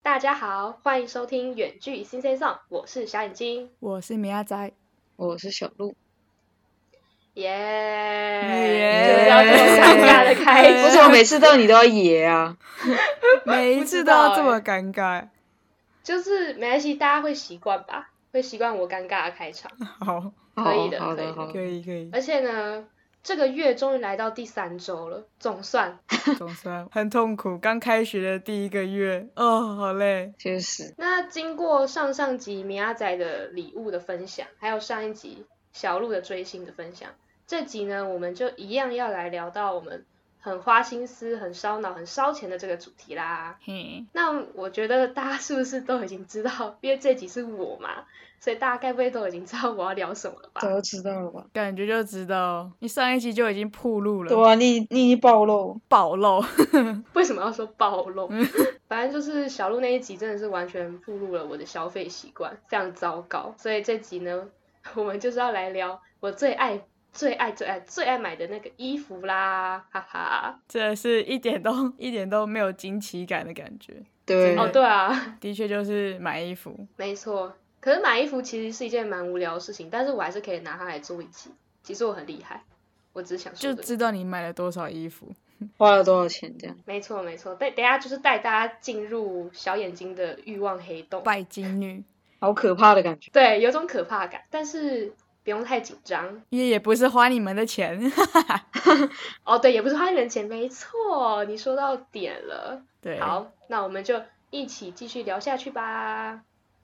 大家好，欢迎收听远距新 C Song， 我是小眼睛， 我是米亚仔， 我是小鹿。 耶！就是要这么尴尬的开始， 为什么每次到你都要耶啊？ 每一次都要这么尴尬？ 就是没关系，大家会习惯吧，会习惯我尴尬的开场。 好， 可以的， 好可以的， 可以。 而且呢，这个月终于来到第3周了，总算很痛苦。刚开学的第1个月，好累。 确实。 那经过上集米亚仔的礼物的分享，还有上一集小鹿的追星的分享，这集呢，我们就一样要来聊到我们很花心思、很烧脑、很烧钱的这个主题啦。那我觉得大家是不是都已经知道，因为这集是我嘛，所以大家该不会都已经知道我要聊什么了吧？ 早就知道了吧？ 感觉就知道，你上一集就已经暴露了。 对啊，你已经暴露。 为什么要说暴露？反正就是小鹿那一集真的是完全暴露了我的消费习惯，非常糟糕。所以这集呢，我们就是要来聊我最爱买的那个衣服啦，哈哈！ 这是一点都没有惊奇感的感觉。 对哦，对啊， 的确就是买衣服， 没错。可是买衣服其实是一件蛮无聊的事情，但是我还是可以拿它来做一集。其实我很厉害，我只是想说、 就知道你买了多少衣服， 花了多少钱这样。 没错。等一下就是带大家进入小眼睛的欲望黑洞， 拜金女， 好可怕的感觉。 对，有种可怕感，但是不用太紧张， 因为也不是花你们的钱。 哦，对，也不是花你们钱，没错，你说到点了。 对， 好，那我们就一起继续聊下去吧。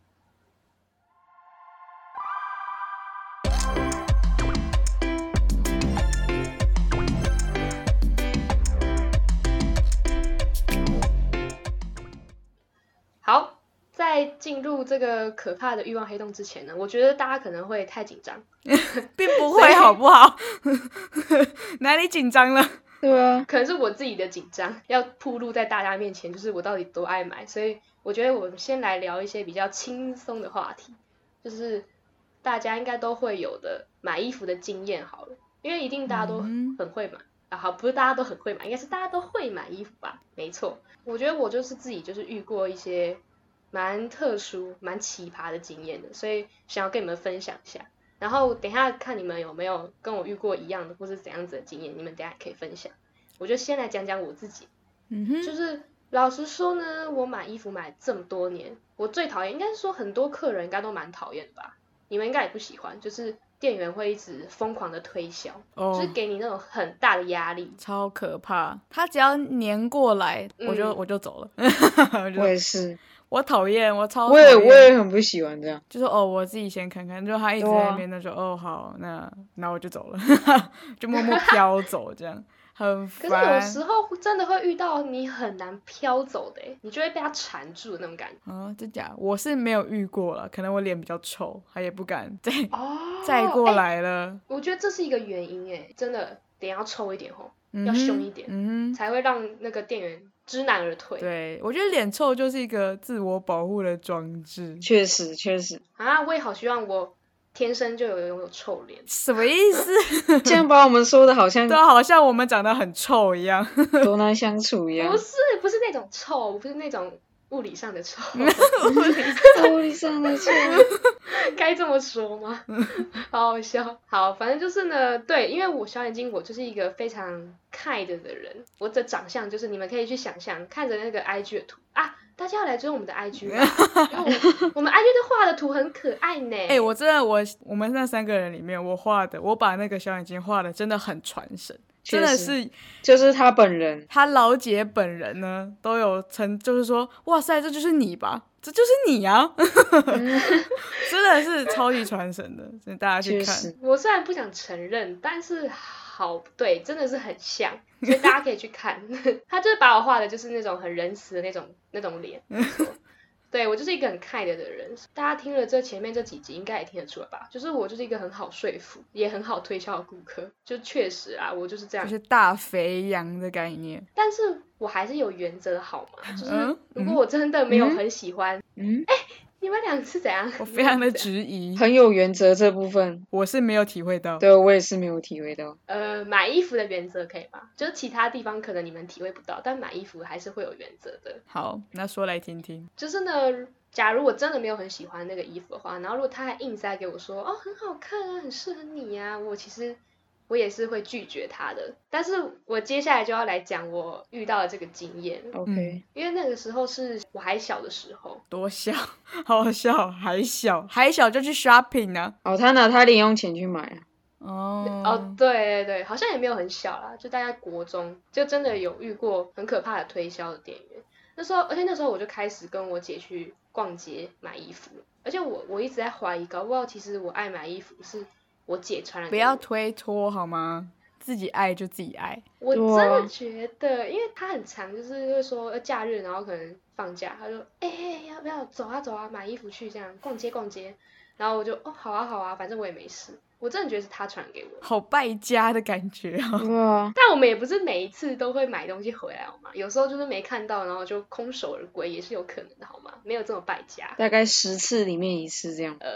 好，在进入这个可怕的欲望黑洞之前呢，我觉得大家可能会太紧张， 并不会，好不好？哪里紧张了？ 对啊， 可能是我自己的紧张，要暴露在大家面前，就是我到底多爱买，所以我觉得我们先来聊一些比较轻松的话题，就是大家应该都会有的买衣服的经验好了，因为一定大家都很会买。好，不是大家都很会买，应该是大家都会买衣服吧？没错，我觉得我就是自己就是遇过一些蛮特殊、蛮奇葩的经验的，所以想要跟你们分享一下。然后等一下看你们有没有跟我遇过一样的或是怎样子的经验，你们等一下可以分享。我就先来讲讲我自己，就是老实说呢，我买衣服买这么多年，我最讨厌，应该是说很多客人应该都蛮讨厌的吧？你们应该也不喜欢，就是店员会一直疯狂的推销，就是给你那种很大的压力， 超可怕。他只要黏过来，我就走了。 我也是， 我讨厌，我超讨厌。 我也很不喜欢这样， 就是我自己先看看，就他一直在那边，那就好，那我就走了，就默默飘走这样。很烦。 可是有时候真的会遇到你很难飘走的，你就会被他缠住的那种感觉。 真假？我是没有遇过了，可能我脸比较臭，他也不敢再过来了。 我觉得这是一个原因真的脸要臭一点要凶一点，才会让那个店员知难而退。 对，我觉得脸臭就是一个自我保护的装置。 确实啊，我也好希望我天生就拥有臭脸。 什么意思？ 这样把我们说的好像对，好像我们长得很臭一样， 多难相处一样。 不是那种臭，不是那种物理上的臭。 物理上的臭， 该这么说吗？好好笑。好，反正就是呢，对，因为我小眼睛，我就是一个非常 kind 的人，我的长相就是你们可以去想象，看着那个 IG 的图啊。大家要来追我们的 IG 吧，因为我们 IG 的画的图很可爱呢。 我真的我们那3个人里面，我把那个小眼睛画的真的很传神，真的是就是他本人， 他老姐本人呢都有就是说，哇塞，这就是你吧，这就是你啊，真的是超级传神的，所以大家去看。 我虽然不想承认，但是好，对，真的是很像，所以大家可以去看。他就是把我画的就是那种很仁慈的那种脸。对，我就是一个很 kind 的人，大家听了前面这几集应该也听得出来吧，就是我就是一个很好说服也很好推销的顾客，就确实啊，我就是这样， 就是大肥羊的概念。 但是我还是有原则好吗？就是如果我真的没有很喜欢你们俩是怎样？ 我非常的质疑， 很有原则这部分， 我是没有体会到。 对我也是没有体会到。 买衣服的原则可以吗？就是其他地方可能你们体会不到，但买衣服还是会有原则的。 好，那说来听听。 就是呢，假如我真的没有很喜欢那个衣服的话，然后如果他还硬塞给我说哦很好看啊，很适合你啊，其实我也是会拒绝他的。但是我接下来就要来讲我遇到的这个经验。 OK， 因为那个时候是我还小的时候。 多小？好小，还小就去 shopping 呢、 哦，他拿他零用钱去买啊。 哦， 对对对，好像也没有很小啦，就大概国中，就真的有遇过很可怕的推销的店员。而且那时候我就开始跟我姐去逛街买衣服了，而且我一直在怀疑，搞不好其实我爱买衣服是我姐传染给我。 不要推脱好吗？自己爱就自己爱。 我真的觉得，因为她很常就是会说假日，然后可能放假，她就要不要走啊买衣服去这样逛街，然后我就好啊，反正我也没事。我真的觉得是他传给我， 好败家的感觉啊！ 哇！ 但我们也不是每一次都会买东西回来好吗？有时候就是没看到，然后就空手而归，也是有可能的好吗？没有这么败家。 大概10次里面1次这样。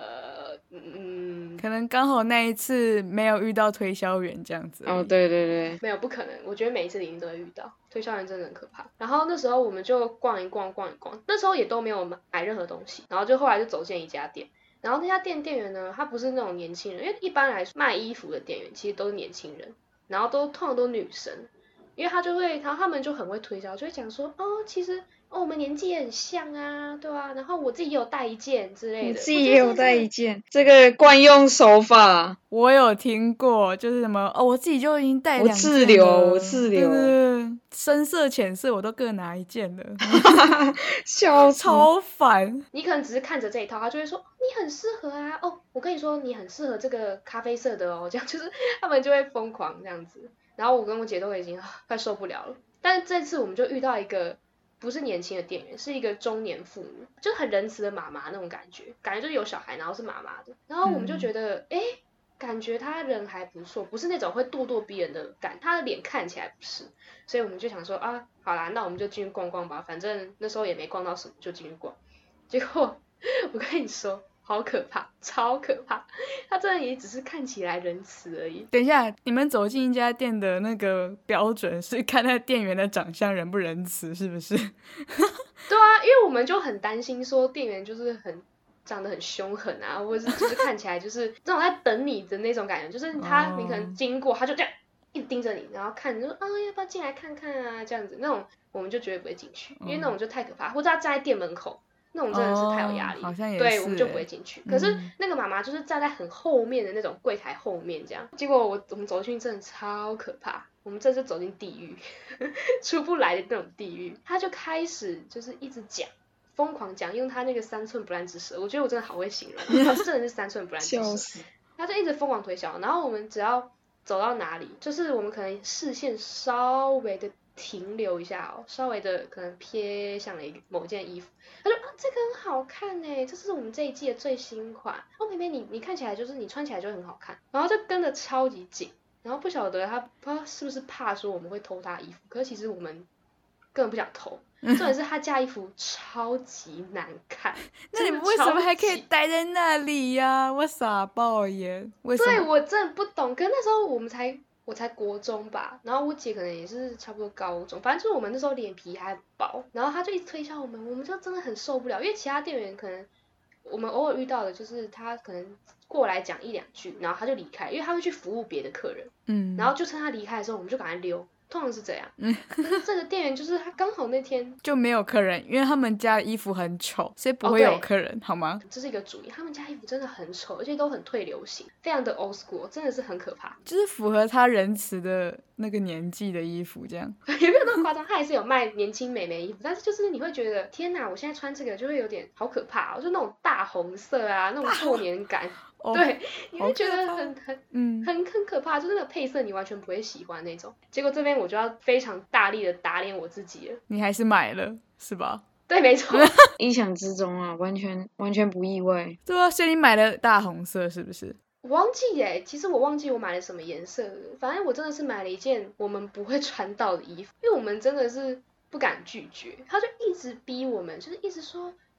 可能刚好那一次没有遇到推销员这样子。 哦，对对对， 没有不可能，我觉得每一次一定都会遇到推销员，真的很可怕。然后那时候我们就逛一逛，那时候也都没有买任何东西，然后就后来就走进一家店。然后那家店员呢，他不是那种年轻人，因为一般来说卖衣服的店员其实都是年轻人，然后通常都女生，因为他们就很会推销，就会讲说其实我们年纪也很像啊，对啊，然后我自己也有带一件之类的， 我自己也有带一件，这个惯用手法我有听过，就是什么我自己就已经带2件了， 我自留， 对，深色浅色我都各拿一件了， 笑死， 超烦。 你可能只是看着这一套，他就会说你很适合啊，我跟你说你很适合这个咖啡色的哦，这样就是他们就会疯狂这样子，然后我跟我姐都已经快受不了了。但是这次我们就遇到一个不是年轻的店员，是一个中年妇女，就是很仁慈的妈妈那种感觉就是有小孩然后是妈妈的，然后我们就觉得感觉他人还不错，不是那种会咄咄逼人的感，他的脸看起来不是，所以我们就想说好啦，那我们就进去逛逛吧，反正那时候也没逛到什么，就进去逛。结果我跟你说好可怕，超可怕，他真的也只是看起来仁慈而已。 等一下，你们走进一家店的那个标准是看那店员的长相仁不仁慈是不是？ 对啊，因为我们就很担心说店员就是长得很凶狠啊，或者是就是看起来就是那种在等你的那种感觉，就是你可能经过他就这样一直盯着你，然后看你就说要不要进来看看啊这样子，那种我们就绝对不会进去，因为那种就太可怕，或者他站在店门口那种真的是太有压力， 好像也对，我们就不会进去。可是那个妈妈就是站在很后面的那种柜台后面这样，结果我们走进去真的超可怕，我们这是走进地狱出不来的那种地狱。他就开始就是一直讲，疯狂讲，用他那个3寸不烂之舌，我觉得我真的好会形容，他真的是3寸不烂之舌。他就一直疯狂推销，然后我们只要走到哪里，就是我们可能视线稍微的停留一下稍微的可能瞥向了某件衣服，他说这个很好看耶，这是我们这一季的最新款妹妹你看起来就是你穿起来就很好看，然后就跟得超级紧，然后不晓得他不知道是不是怕说我们会偷他衣服，可是其实我们根本不想偷，重点是他家衣服超级难看那你们为什么还可以待在那里呀？我傻爆耶！为什么？ 对，我真的不懂，可是那时候我才国中吧，然后我姐可能也是差不多高中，反正就是我们那时候脸皮还薄，然后他就一直推销我们就真的很受不了，因为其他店员可能我们偶尔遇到的就是他可能过来讲1-2句，然后他就离开，因为他会去服务别的客人，然后就趁他离开的时候我们就赶快溜，通常是这样。可是这个店员就是他刚好那天就没有客人，因为他们家的衣服很丑，所以不会有客人，好吗？ 这是一个主意，他们家衣服真的很丑，而且都很退流行，非常的 old school， 真的是很可怕。 就是符合他仁慈的那个年纪的衣服，这样也没有那么夸张，他还是有卖年轻美眉衣服，但是就是你会觉得天哪，我现在穿这个就会有点好可怕就那种大红色啊，那种过年感。对，你会觉得很可怕，就是那个配色你完全不会喜欢那种。结果这边我就要非常大力的打脸我自己了。 你还是买了是吧？ 对，没错。 意想之中啊，完全不意外。 对啊，所以你买了大红色是不是？ 我忘记耶，其实我忘记我买了什么颜色了，反正我真的是买了一件我们不会穿到的衣服，因为我们真的是不敢拒绝，他就一直逼我们，就是一直说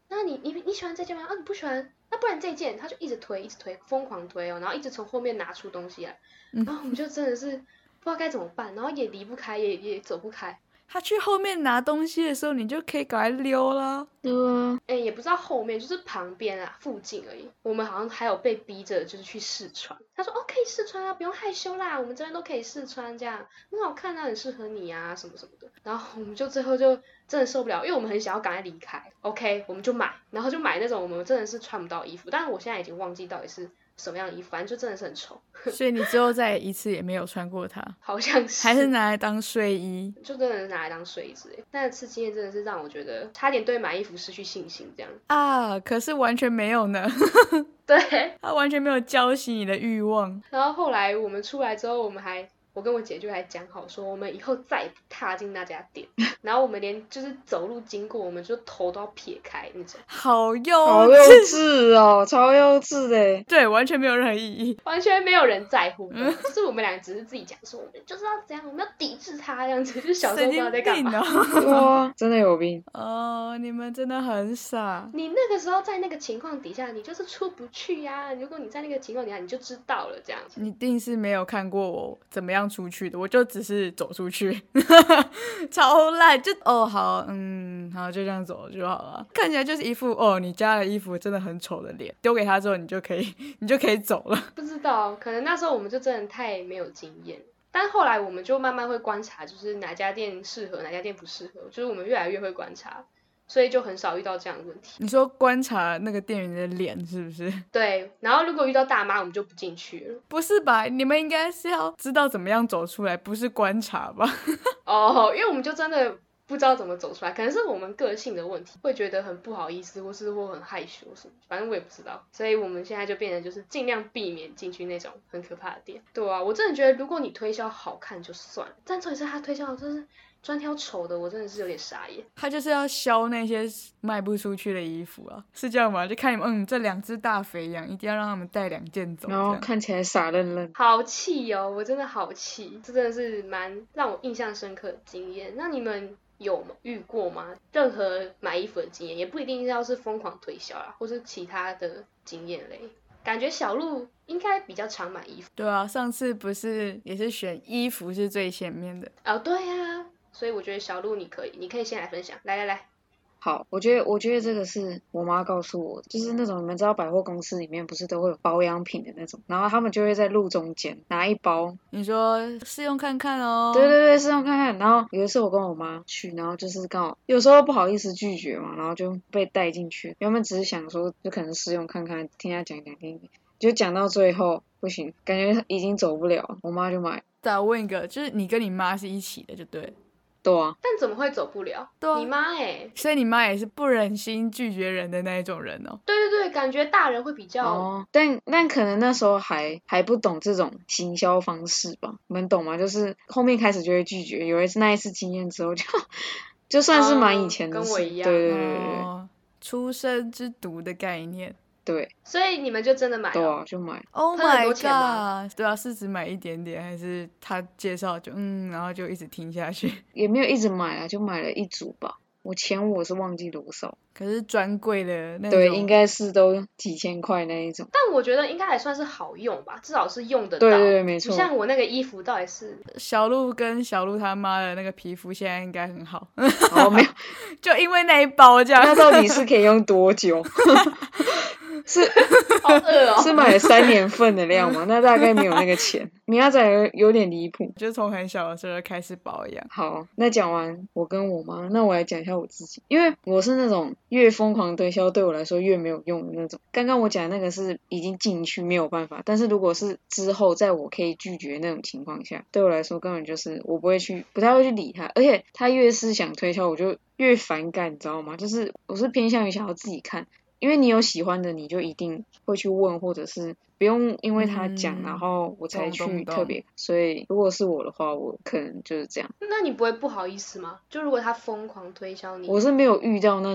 那你喜欢这件吗？啊，你不喜欢，那不然这件，他就一直推，疯狂推哦，然后一直从后面拿出东西来，然后我们就真的是不知道该怎么办，然后也离不开，也走不开。 他去后面拿东西的时候，你就可以赶快溜啦。 对啊， 也不知道后面，就是旁边啊，附近而已。我们好像还有被逼着就是去试穿。他说可以试穿啊，不用害羞啦，我们这边都可以试穿，这样很好看啊，很适合你啊，什么什么的。然后我们就最后就真的受不了，因为我们很想要赶快离开。OK， 我们就买，然后就买那种我们真的是穿不到的衣服，但是我现在已经忘记到底是什么样的衣服，反正就真的是很丑。 所以你之后再一次也没有穿过它， 好像是， 还是拿来当睡衣， 就真的是拿来当睡衣之类。那次经验真的是让我觉得差点对买衣服失去信心，这样啊，可是完全没有呢。 对， 它完全没有浇熄你的欲望。 然后后来我们出来之后，我跟我姐就还讲好说，我们以后再也不踏进那家店，然后我们连就是走路经过，我们就头都要撇开那种， 好幼好幼稚哦，超幼稚的。 对，完全没有任何意义， 完全没有人在乎的，就是我们俩只是自己讲说，我们就是要怎样，我们要抵制他这样子，就是小时候不知道在干嘛。 哇，真的有病哦，你们真的很傻。 你那个时候在那个情况底下，你就是出不去呀。如果你在那个情况底下，你就知道了这样子。 你一定是没有看过我怎么样出去的，我就只是走出去，超烂，就好，好，就这样走就好了。看起来就是一副你家的衣服真的很丑的脸，丢给他之后你就可以走了。 不知道，可能那时候我们就真的太没有经验。但后来我们就慢慢会观察，就是哪家店适合，哪家店不适合，就是我们越来越会观察，所以就很少遇到这样的问题。 你说观察那个店员的脸是不是？ 对，然后如果遇到大妈，我们就不进去了。 不是吧？你们应该是要知道怎么样走出来，不是观察吧？ 因为我们就真的不知道怎么走出来，可能是我们个性的问题，会觉得很不好意思，或很害羞什么，反正我也不知道，所以我们现在就变成就是尽量避免进去那种很可怕的店。对啊，我真的觉得如果你推销好看就算了，但重点是他推销的就是专挑丑的，我真的是有点傻眼。 他就是要销那些卖不出去的衣服啊，是这样吗？就看你们，这两只大肥羊一定要让他们带2件走， 然后看起来傻愣愣， 好气哦，我真的好气，这真的是蛮让我印象深刻的经验。那你们有遇过吗？任何买衣服的经验，也不一定要是疯狂推销啦，或是其他的经验类。感觉小鹿应该比较常买衣服。 对啊，上次不是也是选衣服是最前面的对啊，所以我觉得小鹿你可以先来分享，来。 好，我觉得这个是我妈告诉我的，就是那种你们知道百货公司里面不是都会有保养品的那种，然后他们就会在路中间拿一包， 你说试用看看哦。 对，试用看看。然后有一次我跟我妈去，然后就是刚好有时候不好意思拒绝嘛，然后就被带进去。原本只是想说就可能试用看看，听他讲，就讲到最后不行，感觉已经走不了，我妈就买。 再问一个，就是你跟你妈是一起的就对了。 对啊， 但怎么会走不了？ 对啊， 你妈所以你妈也是不忍心拒绝人的那一种人哦。 对，感觉大人会比较但可能那时候还不懂这种行销方式吧，你们懂吗？就是后面开始就会拒绝，有那一次经验之后就算是蛮以前的事， 跟我一样， 对， 出生之毒的概念。 对， 所以你们就真的买了？ 对啊，就买。 Oh 喷很 my 多钱吗 god！对啊，是只买一点点，还是他介绍就然后就一直听下去？ 也没有一直买啊，就买了一组吧。我是忘记多少， 可是专柜的那种， 对，应该是都几千块那一种。 但我觉得应该还算是好用吧，至少是用得到。 对，没错。 不像我那个衣服到底是小鹿跟小鹿他妈的那个皮肤现在应该很好。 没有， 就因为那一包这样。 那到底是可以用多久？是好饿哦， 是买了3年份的量吗？那大概没有那个钱。米亚仔有点离谱， 就从很小的时候就开始保养。 好，那讲完我跟我妈，那我来讲一下我自己，因为我是那种越疯狂推销对我来说越没有用的那种。刚刚我讲的那个是已经进去没有办法，但是如果是之后在我可以拒绝那种情况下，对我来说根本就是我不太会去理他，而且他越是想推销我就越反感，你知道吗？就是我是偏向于想要自己看。因为你有喜欢的，你就一定会去问，或者是不用因为他讲，然后我才去特别。所以如果是我的话，我可能就是这样。 那你不会不好意思吗？就如果他疯狂推销你， 我是没有遇到那种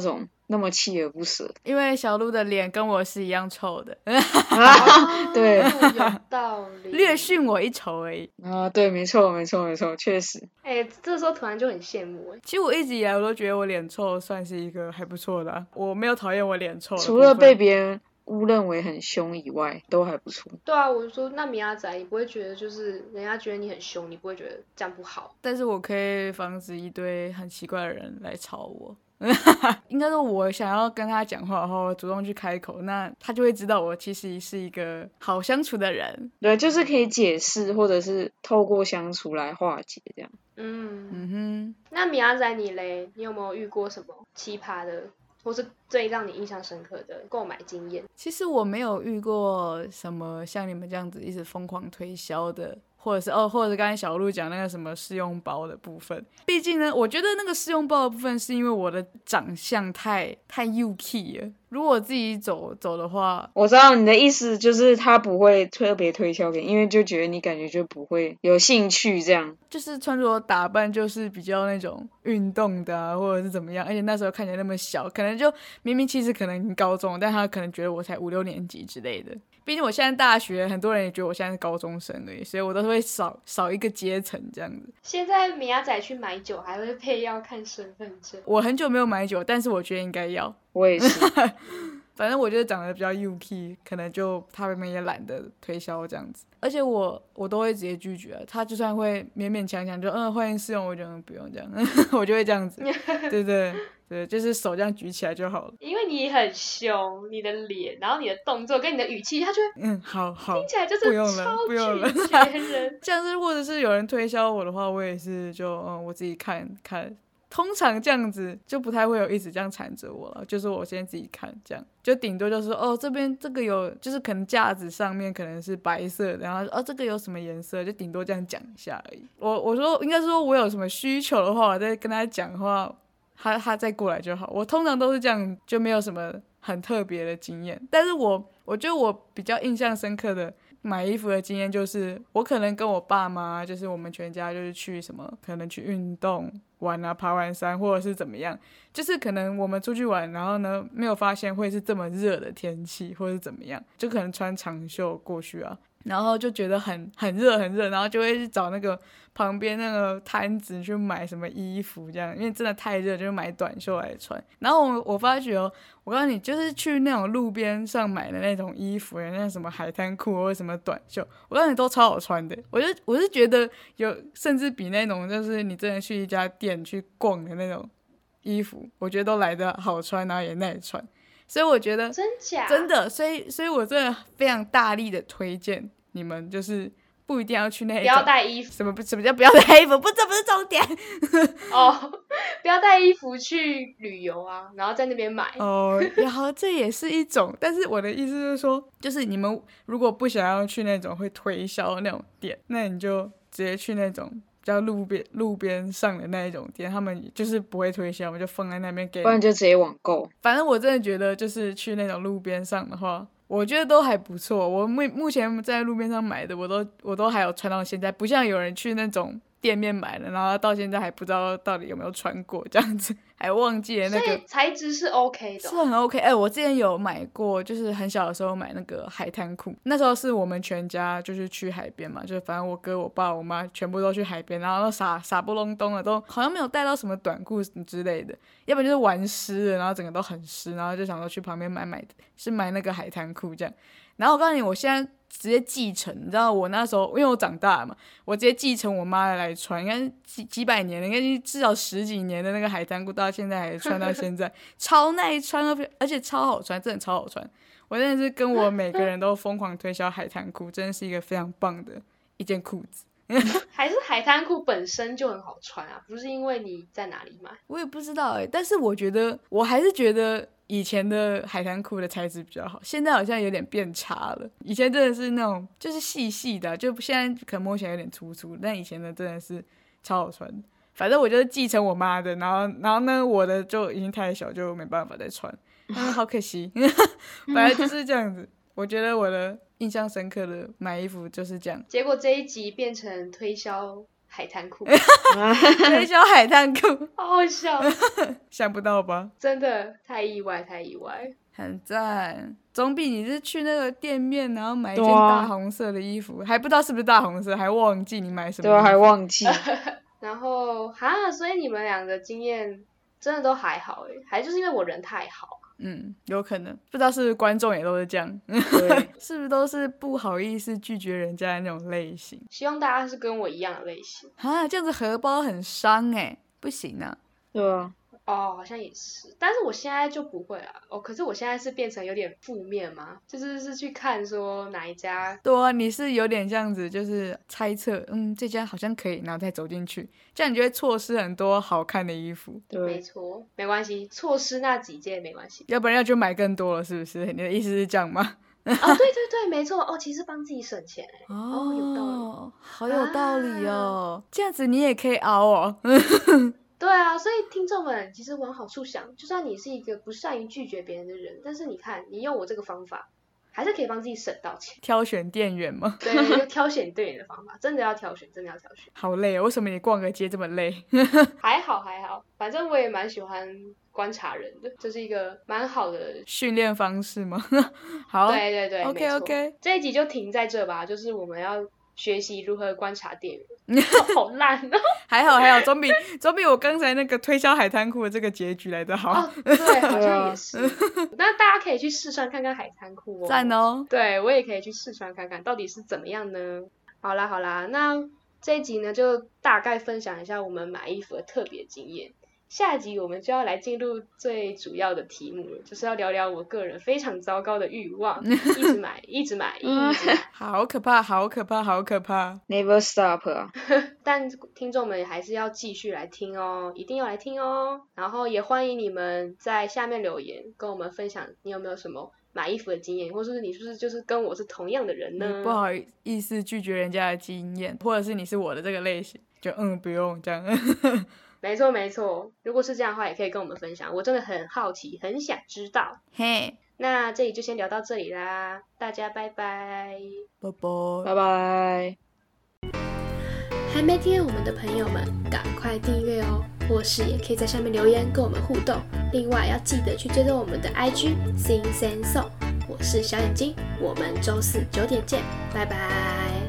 那么锲而不舍？ 因为小鹿的脸跟我是一样臭的， 对有道理， 略逊我一筹而已。 对，没错，确实。 这时候突然就很羡慕其实我一直以来我都觉得我脸臭算是一个还不错的我没有讨厌我脸臭的部分， 除了被别人误认为很凶以外，都还不错。 对啊，我就说那米亚仔，你不会觉得就是人家觉得你很凶，你不会觉得这样不好？ 但是我可以防止一堆很奇怪的人来吵我。应该说我想要跟他讲话的话，我主动去开口，那他就会知道我其实是一个好相处的人。 对，就是可以解释或者是透过相处来化解这样。 那米亚仔你嘞，你有没有遇过什么奇葩的或是最让你印象深刻的购买经验？ 其实我没有遇过什么像你们这样子一直疯狂推销的，或者是刚才小鹿讲那个什么试用包的部分。毕竟呢，我觉得那个试用包的部分是因为我的长相太UK 了。如果我自己走的话， 我知道你的意思，就是他不会特别推销给你，因为就觉得你感觉就不会有兴趣这样。 就是穿着打扮就是比较那种运动的啊，或者是怎么样，而且那时候看起来那么小，可能就明明其实可能已经高中了，但他可能觉得我才5、6年级之类的。毕竟我现在大学，很多人也觉得我现在是高中生而已，所以我都会少一个阶层这样子。 现在米亚仔去买酒还会配要看身份证？ 我很久没有买酒，但是我觉得应该要。 我也是。 反正我觉得长得比较 UK， 可能就他们也懒得推销这样子，而且我都会直接拒绝啊。他就算会勉勉强强就欢迎试用，我就不用这样，我就会这样子，对，就是手这样举起来就好了。 因为你很凶，你的脸，然后你的动作跟你的语气，他就会好， 听起来就是不用了， 拒绝人。 这样子，或者是有人推销我的话，我也是就我自己看。通常这样子就不太会有一直这样缠着我了，就是我先自己看，这样就顶多就是这边这个有，就是可能架子上面可能是白色的，然后这个有什么颜色，就顶多这样讲一下而已。我说应该说我有什么需求的话，我再跟他讲话，他再过来就好。我通常都是这样，就没有什么很特别的经验。但是我觉得我比较印象深刻的买衣服的经验，就是我可能跟我爸妈，就是我们全家就是去什么，可能去运动玩啊，爬完山或者是怎么样，就是可能我们出去玩，然后呢没有发现会是这么热的天气，或者是怎么样，就可能穿长袖过去啊，然后就觉得很热，然后就会去找那个旁边那个摊子去买什么衣服这样，因为真的太热，就买短袖来穿。然后我发觉我告诉你，就是去那种路边上买的那种衣服，那什么海滩裤或者什么短袖，我告诉你都超好穿的。我是觉得甚至比那种就是你真的去一家店去逛的那种衣服，我觉得都来得好穿，然后也耐穿。所以我觉得真假真的，所以我真的非常大力的推荐你们，就是不一定要去那种不要带衣服。 什么叫不要带衣服？这不是重点不要带衣服去旅游啊，然后在那边买然后这也是一种，但是我的意思是说，就是你们如果不想要去那种会推销的那种店，那你就直接去那种比较路边上的那一种店，他们就是不会推销，我们就放在那边给你， 不然就直接网购。 反正我真的觉得就是去那种路边上的话，我觉得都还不错。我目前在路边上买的我都还有穿到现在，不像有人去那种店面买的，然后到现在还不知道到底有没有穿过这样子，还忘记了那个。 所以材质是 OK 的是很 OK。我之前有买过，就是很小的时候买那个海滩裤，那时候是我们全家就是去海边嘛，就是反正我哥我爸我妈全部都去海边，然后都傻不隆咚的，都好像没有带到什么短裤之类的，要不然就是玩湿了，然后整个都很湿，然后就想说去旁边买那个海滩裤这样。然后我告诉你，我现在直接继承，你知道我那时候因为我长大了嘛，我直接继承我妈的来穿，应该几百年了，应该至少10几年的那个海滩裤，到现在还穿到现在，超耐穿，而且超好穿，真的超好穿。我真的是跟我每个人都疯狂推销海滩裤，真的是一个非常棒的一件裤子。 还是海滩裤本身就很好穿啊，不是因为你在哪里买？ 我也不知道但是我还是觉得以前的海滩裤的材质比较好，现在好像有点变差了。以前真的是那种就是细细的，就现在可能摸起来有点粗粗，但以前的真的是超好穿。反正我就是继承我妈的，然后呢我的就已经太小，就没办法再穿，好可惜。反正就是这样子。我觉得我的印象深刻的买衣服就是这样。 结果这一集变成推销海滩裤， 推销海滩裤， 好好笑， 想不到吧？ 真的太意外，太意外。 很赞，总比你是去那个店面然后买一件对啊大红色的衣服，还不知道是不是大红色，还忘记你买什么衣服。 对啊，还忘记。 然后所以你们俩的经验真的都还好诶，还就是因为我人太好。 有可能，不知道是不是观众也都是这样， 对， 是不是都是不好意思拒绝人家的那种类型希望大家是跟我一样的类型。 啊？这样子荷包很伤不行啊。 对啊， 哦，好像也是，但是我现在就不会了。哦，可是我现在是变成有点负面嘛，就是去看说哪一家。 对啊，你是有点这样子，就是猜测，这家好像可以，然后再走进去，这样你就会错失很多好看的衣服。 没对， 错，没关系，错失那几件没关系。 要不然要就买更多了，是不是？你的意思是这样吗？ 哦，对对对，没错。哦，其实帮自己省钱欸。 哦， 有道理， 好有道理哦。这样子你也可以熬哦。 对啊，所以听众们其实往好处想，就算你是一个不善于拒绝别人的人，但是你看你用我这个方法，还是可以帮自己省到钱。 挑选店员吗？ 对，就挑选对的方法，真的要挑选，真的要挑选。 好累哦，为什么你逛个街这么累？ 还好，反正我也蛮喜欢观察人的，这是一个蛮好的训练方式吗？好， 对对对 ，OK 没错 OK， 这一集就停在这吧，就是我们要学习如何观察店员。好烂哦！ 还好，总比我刚才那个推销海滩裤的这个结局来得好。 哦，对，好像也是。那大家可以去试穿看看海滩裤哦。 赞哦！ 对，我也可以去试穿看看，到底是怎么样呢？好啦，那这一集呢，就大概分享一下我们买衣服的特别经验。下一集我们就要来进入最主要的题目了，就是要聊聊我个人非常糟糕的欲望，一直买，一直买。 好可怕 ，Never stop 啊！ 但听众们还是要继续来听哦，一定要来听哦。然后也欢迎你们在下面留言，跟我们分享你有没有什么买衣服的经验，或是你是不是就是跟我是同样的人呢？ 不好意思拒绝人家的经验，或者是你是我的这个类型，就不用这样。 没错，如果是这样的话，也可以跟我们分享，我真的很好奇，很想知道。 嘿， 那这里就先聊到这里啦，大家拜拜， 拜拜， 拜拜。 还没订阅我们的朋友们，赶快订阅哦，或是也可以在下面留言跟我们互动。另外要记得去追踪我们的 IG Sing Sing Song，我是小眼睛，我们周四9点见，拜拜。